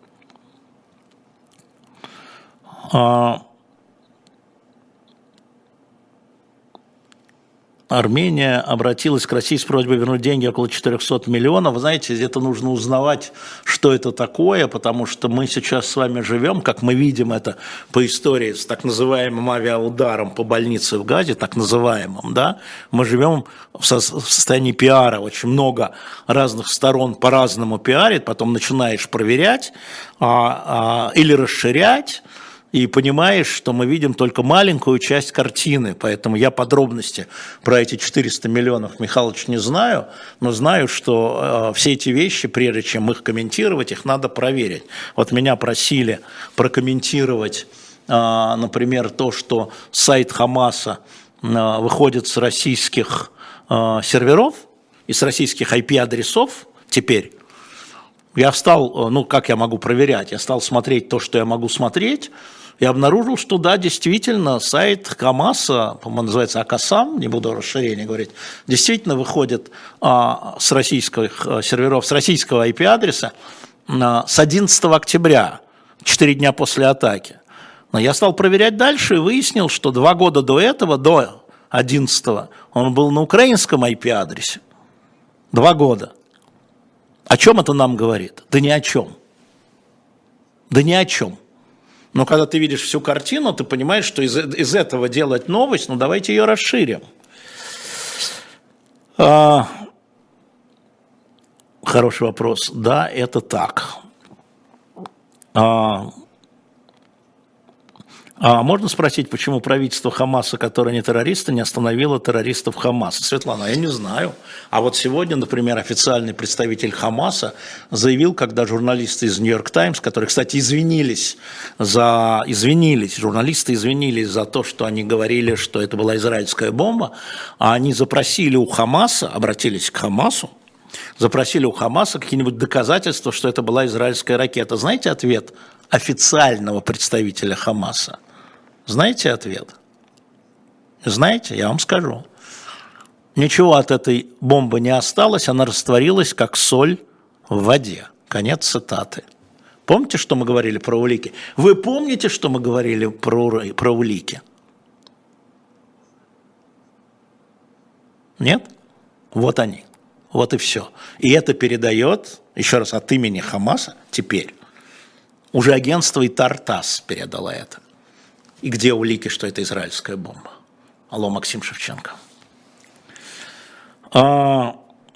Армения обратилась к России с просьбой вернуть деньги, около четырехсот миллионов. Вы знаете, это нужно узнавать, что это такое, потому что мы сейчас с вами живем, как мы видим это по истории с так называемым авиаударом по больнице в Газе, так называемым, да, мы живем в состоянии пиара, очень много разных сторон по-разному пиарит, потом начинаешь проверять а, а, или расширять, и понимаешь, что мы видим только маленькую часть картины, поэтому я подробности про эти четыреста миллионов, Михалыч, не знаю, но знаю, что э, все эти вещи, прежде чем их комментировать, их надо проверить. Вот меня просили прокомментировать, э, например, то, что сайт Хамаса э, выходит с российских э, серверов и с российских ай пи-адресов теперь. Я стал, ну как я могу проверять, я стал смотреть то, что я могу смотреть, и обнаружил, что да, действительно, сайт Хамаса, по-моему, называется Акасам, не буду расширение говорить, действительно выходит а, с российских а, серверов, с российского ай пи-адреса а, с одиннадцатого октября, четыре дня после атаки. Но я стал проверять дальше и выяснил, что два года до этого, до одиннадцатого, он был на украинском ай пи-адресе. Два года. О чем это нам говорит? Да ни о чем. Да ни о чем. Но когда ты видишь всю картину, ты понимаешь, что из, из этого делать новость, ну давайте ее расширим. А, хороший вопрос. Да, это так. А, А можно спросить, почему правительство Хамаса, которое не террористы, не остановило террористов Хамаса? Светлана, я не знаю. А вот сегодня, например, официальный представитель Хамаса заявил, когда журналисты из Нью-Йорк Таймс, которые, кстати, извинились за... Извинились, журналисты извинились за то, что они говорили, что это была израильская бомба, а они запросили у Хамаса, обратились к Хамасу, запросили у Хамаса какие-нибудь доказательства, что это была израильская ракета. Знаете ответ официального представителя Хамаса? Знаете ответ? Знаете? Я вам скажу. Ничего от этой бомбы не осталось, она растворилась, как соль в воде. Конец цитаты. Помните, что мы говорили про улики? Вы помните, что мы говорили про, про улики? Нет? Вот они. Вот и все. И это передает, еще раз, от имени Хамаса теперь, уже агентство ИТАР-ТАСС передало это. И где улики, что это израильская бомба? Алло, Максим Шевченко. А,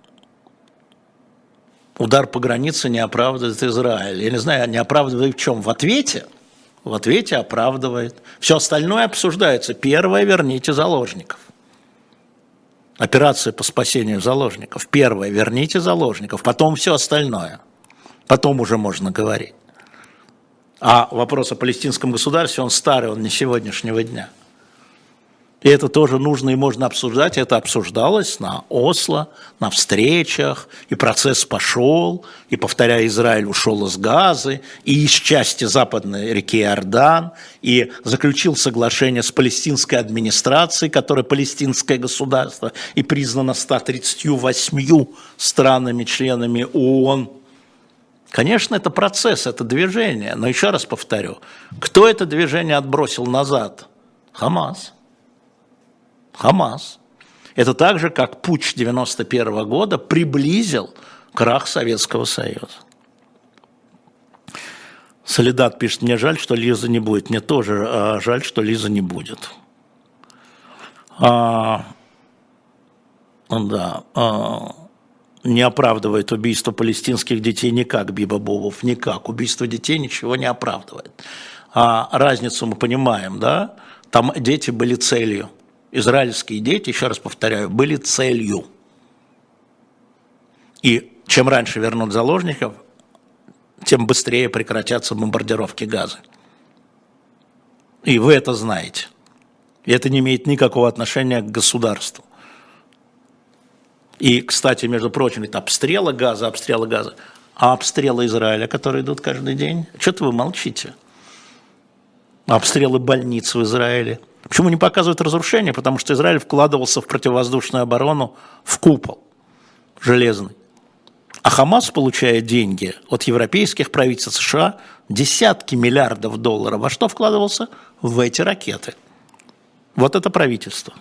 удар по границе не оправдывает Израиль. Я не знаю, не оправдывает в чем? В ответе? В ответе оправдывает. Все остальное обсуждается. Первое, верните заложников. Операция по спасению заложников. Первое, верните заложников. Потом все остальное. Потом уже можно говорить. А вопрос о палестинском государстве, он старый, он не сегодняшнего дня. И это тоже нужно и можно обсуждать. Это обсуждалось на Осло, на встречах, и процесс пошел, и, повторяю, Израиль ушел из Газы, и из части западной реки Иордан, и заключил соглашение с палестинской администрацией, которая палестинское государство, и признано ста тридцатью восьмью странами, членами ООН. Конечно, это процесс, это движение, но еще раз повторю, кто это движение отбросил назад? Хамас. Хамас. Это так же, как путч девяносто первого года приблизил крах Советского Союза. Солидат пишет, мне жаль, что Лиза не будет. Мне тоже а, жаль, что Лиза не будет. А, да. А, не оправдывает убийство палестинских детей никак, Биба Бобов, никак. Убийство детей ничего не оправдывает. А разницу мы понимаем, да? Там дети были целью. Израильские дети, еще раз повторяю, были целью. И чем раньше вернут заложников, тем быстрее прекратятся бомбардировки Газы. И вы это знаете. И это не имеет никакого отношения к государству. И, кстати, между прочим, это обстрелы Газа, обстрелы Газа, а обстрелы Израиля, которые идут каждый день, что-то вы молчите. Обстрелы больниц в Израиле. Почему не показывают разрушения? Потому что Израиль вкладывался в противовоздушную оборону в купол железный. А Хамас получает деньги от европейских правительств США, десятки миллиардов долларов. Во что вкладывался? В эти ракеты. Вот это правительство.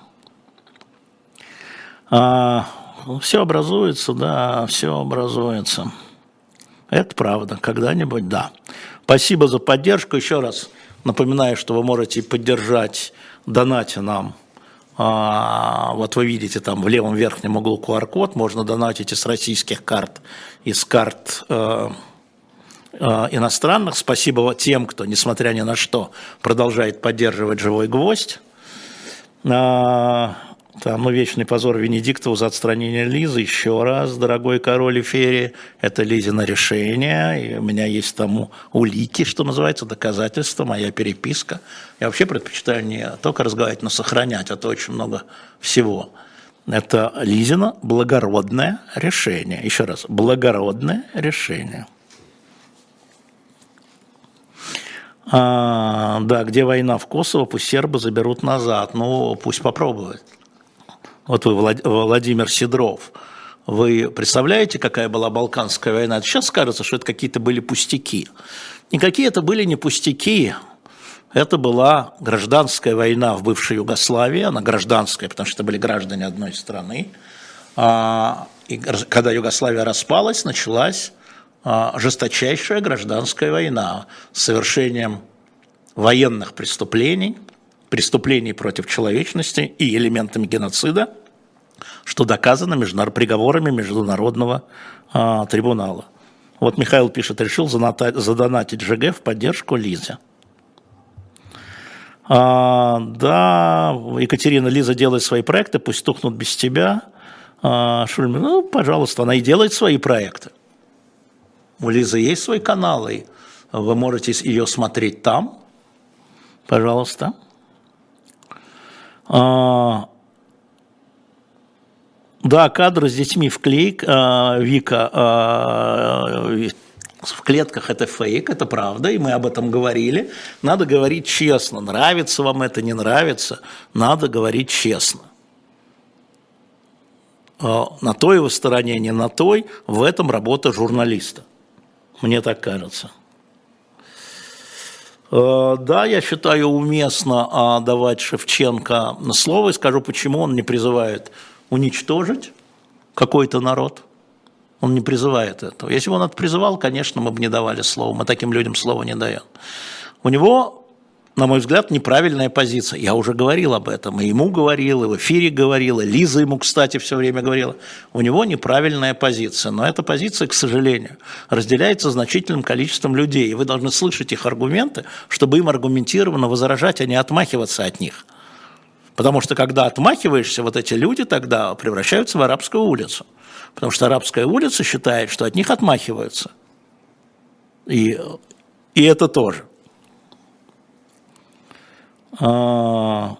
А, все образуется, да, все образуется. Это правда, когда-нибудь, да. Спасибо за поддержку. Еще раз напоминаю, что вы можете поддержать, донатя нам. А, вот вы видите там в левом верхнем углу ку ар код, можно донатить из российских карт, из карт э, э, иностранных. Спасибо тем, кто, несмотря ни на что, продолжает поддерживать «Живой гвоздь». А, там, ну, вечный позор Венедиктову за отстранение Лизы. Еще раз, дорогой король Эфери, это Лизино решение, и у меня есть тому улики, что называется, доказательства, моя переписка. Я вообще предпочитаю не только разговаривать, но сохранять, а то очень много всего. Это Лизино благородное решение. Еще раз, благородное решение. А, да, где война в Косово, пусть сербы заберут назад. Ну, пусть попробуют. Вот вы, Владимир Сидров, вы представляете, какая была Балканская война? Сейчас кажется, что это какие-то были пустяки. Никакие это были не пустяки. Это была гражданская война в бывшей Югославии. Она гражданская, потому что это были граждане одной страны. И когда Югославия распалась, началась жесточайшая гражданская война с совершением военных преступлений, преступлений против человечности и элементами геноцида, что доказано международ... приговорами Международного а, трибунала. Вот Михаил пишет, решил заната... задонатить ЖГ в поддержку Лизе. А, да, Екатерина, Лиза делает свои проекты, пусть тухнут без тебя. А, Шульман, ну, пожалуйста, она и делает свои проекты. У Лизы есть свой канал, и вы можете ее смотреть там. Пожалуйста. А, да, кадры с детьми в клейк, а, Вика, а, в клетках это фейк, это правда, и мы об этом говорили. Надо говорить честно, нравится вам это, не нравится, надо говорить честно. На той вы стороне, не на той, в этом работа журналиста. Мне так кажется. Да, я считаю уместно давать Шевченко слово, и скажу, почему он не призывает уничтожить какой-то народ. Он не призывает этого. Если бы он это призывал, конечно, мы бы не давали слова. Мы таким людям слова не даем. У него, на мой взгляд, неправильная позиция. Я уже говорил об этом. И ему говорил, и в эфире говорил, и Лиза ему, кстати, все время говорила. У него неправильная позиция. Но эта позиция, к сожалению, разделяется значительным количеством людей. И вы должны слышать их аргументы, чтобы им аргументированно возражать, а не отмахиваться от них. Потому что, когда отмахиваешься, вот эти люди тогда превращаются в арабскую улицу. Потому что арабская улица считает, что от них отмахиваются. И, и это тоже. А,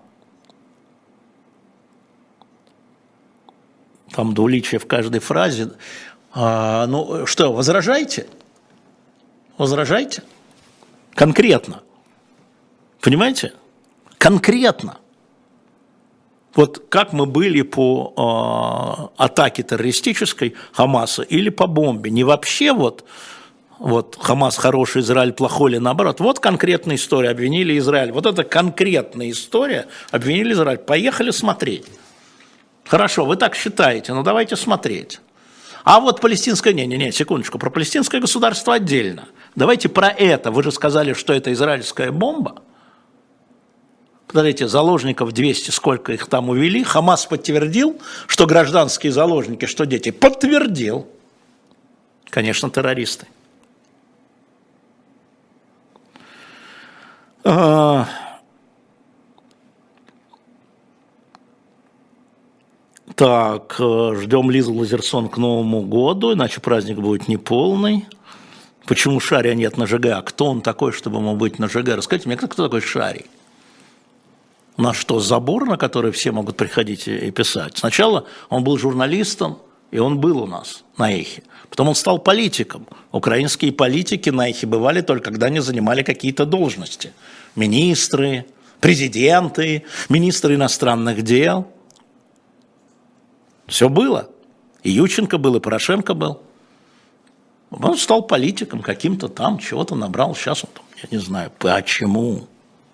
там двуличие в каждой фразе. А, ну что, возражайте? Возражайте? Конкретно. Понимаете? Конкретно. Вот как мы были по э, атаке террористической Хамаса или по бомбе. Не вообще вот, вот Хамас хороший, Израиль плохой или наоборот. Вот конкретная история, обвинили Израиль. Вот это конкретная история, обвинили Израиль. Поехали смотреть. Хорошо, вы так считаете, ну давайте смотреть. А вот палестинское, не-не-не, секундочку, про палестинское государство отдельно. Давайте про это. Вы же сказали, что это израильская бомба. Подождите, заложников двести, сколько их там увели? Хамас подтвердил, что гражданские заложники, что дети? Подтвердил. Конечно, террористы. А... Так, ждем Лизу Лазерсон к Новому году, иначе праздник будет неполный. Почему Шария нет на ЖГ? А кто он такой, чтобы ему быть на ЖГ? Расскажите мне, кто такой Шарий? У нас что, забор, на который все могут приходить и писать? Сначала он был журналистом, и он был у нас на Эхе. Потом он стал политиком. Украинские политики на Эхе бывали только когда они занимали какие-то должности. Министры, президенты, министры иностранных дел. Все было. И Ющенко был, и Порошенко был. Он стал политиком каким-то там, чего-то набрал. Сейчас он там, я не знаю, почему.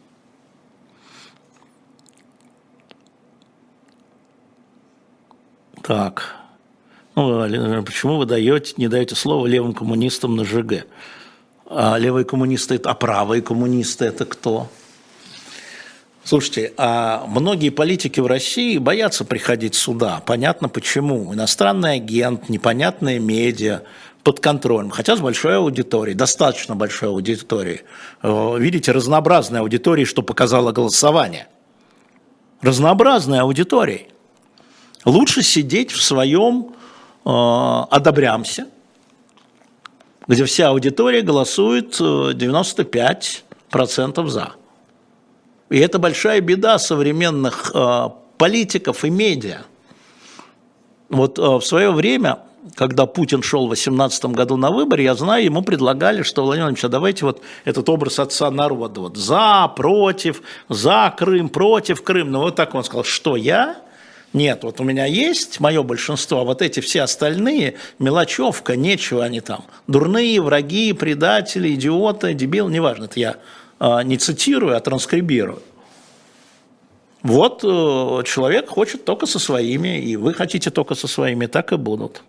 Так, ну, почему вы даете, не даете слово левым коммунистам на ЖГ? А левые коммунисты, а правые коммунисты это кто? Слушайте, а многие политики в России боятся приходить сюда. Понятно почему. Иностранный агент, непонятные медиа под контролем, хотя с большой аудиторией, достаточно большой аудиторией. Видите, разнообразной аудиторией, что показало голосование. Разнообразной аудиторией. Лучше сидеть в своем э, «одобрямся», где вся аудитория голосует девяносто пять процентов «за». И это большая беда современных э, политиков и медиа. Вот э, в свое время, когда Путин шел в две тысячи восемнадцатом году на выборы, я знаю, ему предлагали, что, Владимир Владимирович, а давайте вот этот образ отца народа, вот «за», «против», «за Крым», «против Крым». Ну вот так он сказал, что я? Нет, вот у меня есть мое большинство, а вот эти все остальные, мелочевка, нечего они там. Дурные, враги, предатели, идиоты, дебилы, неважно, это я э, не цитирую, а транскрибирую. Вот э, человек хочет только со своими, и вы хотите только со своими, так и будут.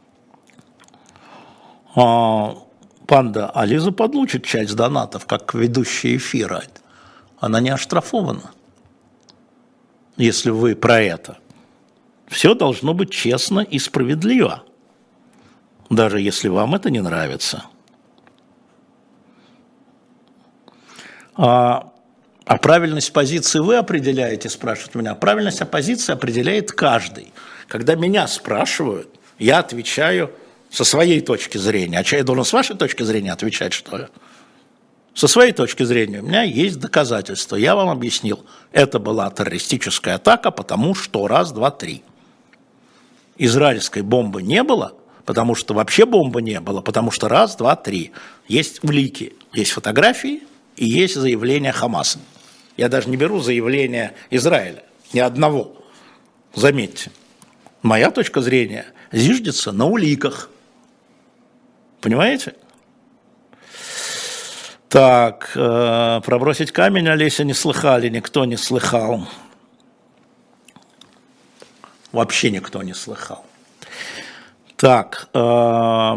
А, Панда, а Лиза получит часть донатов, как ведущая эфира. Она не оштрафована, если вы про это. Все должно быть честно и справедливо, даже если вам это не нравится. А, А правильность позиции вы определяете, спрашивают меня. Правильность позиции определяет каждый. Когда меня спрашивают, я отвечаю со своей точки зрения. А что, я должен с вашей точки зрения отвечать, что ли? Со своей точки зрения у меня есть доказательства. Я вам объяснил, это была террористическая атака, потому что раз, два, три. Израильской бомбы не было, потому что вообще бомбы не было, потому что раз, два, три. Есть улики, есть фотографии и есть заявление Хамаса. Я даже не беру заявление Израиля, ни одного. Заметьте, моя точка зрения зиждется на уликах. Понимаете? Так, э, пробросить камень Олеся не слыхали, никто не слыхал. Вообще никто не слыхал. Так, э,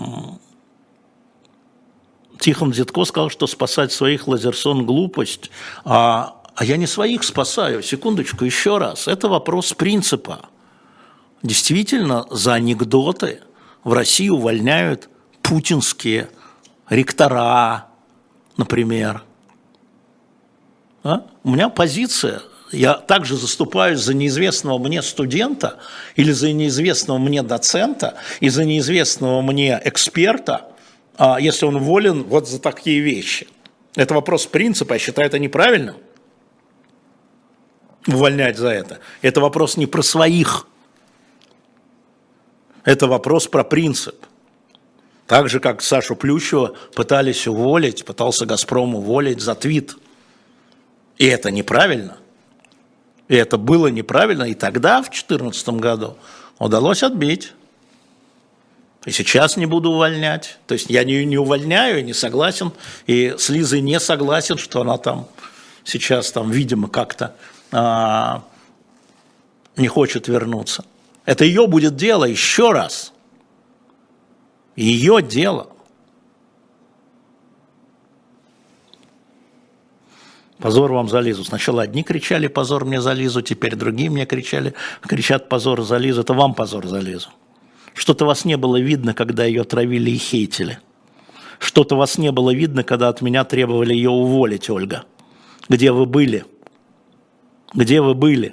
Тихон Дзитко сказал, что спасать своих Лазерсон глупость, а, а я не своих спасаю, секундочку, еще раз, это вопрос принципа. Действительно, за анекдоты в России увольняют путинские ректора, например. А? У меня позиция, я также заступаюсь за неизвестного мне студента или за неизвестного мне доцента и за неизвестного мне эксперта, если он волен вот за такие вещи. Это вопрос принципа, я считаю это неправильным. Увольнять за это. Это вопрос не про своих. Это вопрос про принцип. Так же, как Сашу Плющева пытались уволить, пытался «Газпром» уволить за твит. И это неправильно. И это было неправильно. И тогда, в две тысячи четырнадцатом году, удалось отбить. И сейчас не буду увольнять. То есть я не, не увольняю, не согласен. И с Лизой не согласен, что она там сейчас, там, видимо, как-то а, не хочет вернуться. Это ее будет дело еще раз. Ее дело. Позор вам за Лизу. Сначала одни кричали позор мне за Лизу, теперь другие мне кричали, кричат позор за Лизу. Это вам позор за Лизу. Что-то вас не было видно, когда ее травили и хейтили. Что-то вас не было видно, когда от меня требовали ее уволить, Ольга. Где вы были? Где вы были?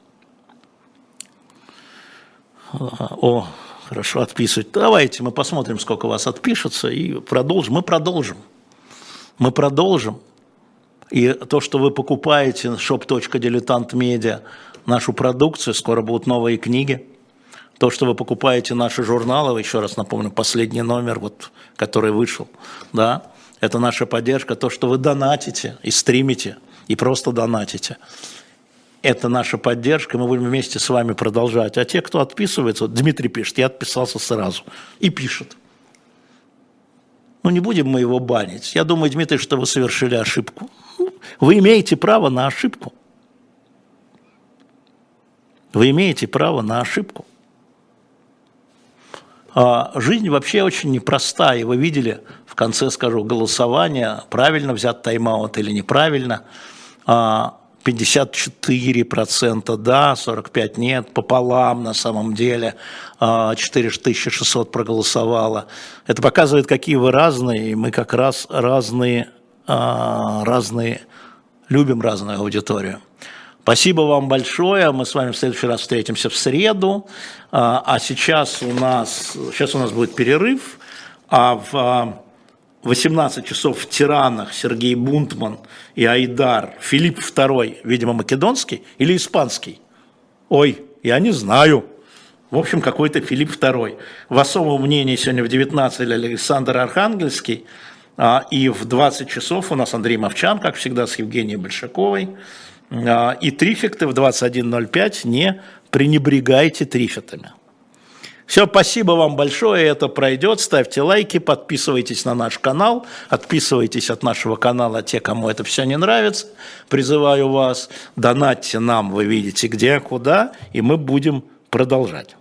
О, хорошо, отписывать. Давайте мы посмотрим, сколько вас отпишется, и продолжим. Мы продолжим. Мы продолжим. И то, что вы покупаете shop точка дилетант медиа, нашу продукцию, скоро будут новые книги. То, что вы покупаете наши журналы, еще раз напомню, последний номер, вот, который вышел, да, это наша поддержка. То, что вы донатите и стримите, и просто донатите, это наша поддержка, мы будем вместе с вами продолжать. А те, кто отписывается, вот Дмитрий пишет, я отписался сразу, и пишет. Ну, не будем мы его банить. Я думаю, Дмитрий, что вы совершили ошибку. Вы имеете право на ошибку. Вы имеете право на ошибку. А жизнь вообще очень непростая. Вы видели, в конце скажу, голосования, правильно взят тайм-аут или неправильно. пятьдесят четыре процента да, сорок пять процентов нет, пополам на самом деле, четыре тысячи шестьсот проголосовало. Это показывает, какие вы разные, и мы как раз разные, разные, любим разную аудиторию. Спасибо вам большое, мы с вами в следующий раз встретимся в среду, а сейчас у нас, сейчас у нас будет перерыв, а в восемнадцать часов в Тиранах Сергей Бунтман и Айдар, Филипп второй, видимо, македонский или испанский? Ой, я не знаю. В общем, какой-то Филипп второй. В особом мнении сегодня в девятнадцать Александр Архангельский, и в двадцать часов у нас Андрей Мовчан, как всегда, с Евгенией Большаковой. И трифекты в двадцать один ноль пять, не пренебрегайте трифетами. Все, спасибо вам большое, это пройдет. Ставьте лайки, подписывайтесь на наш канал, отписывайтесь от нашего канала те, кому это все не нравится. Призываю вас, донатьте нам, вы видите где, куда, и мы будем продолжать.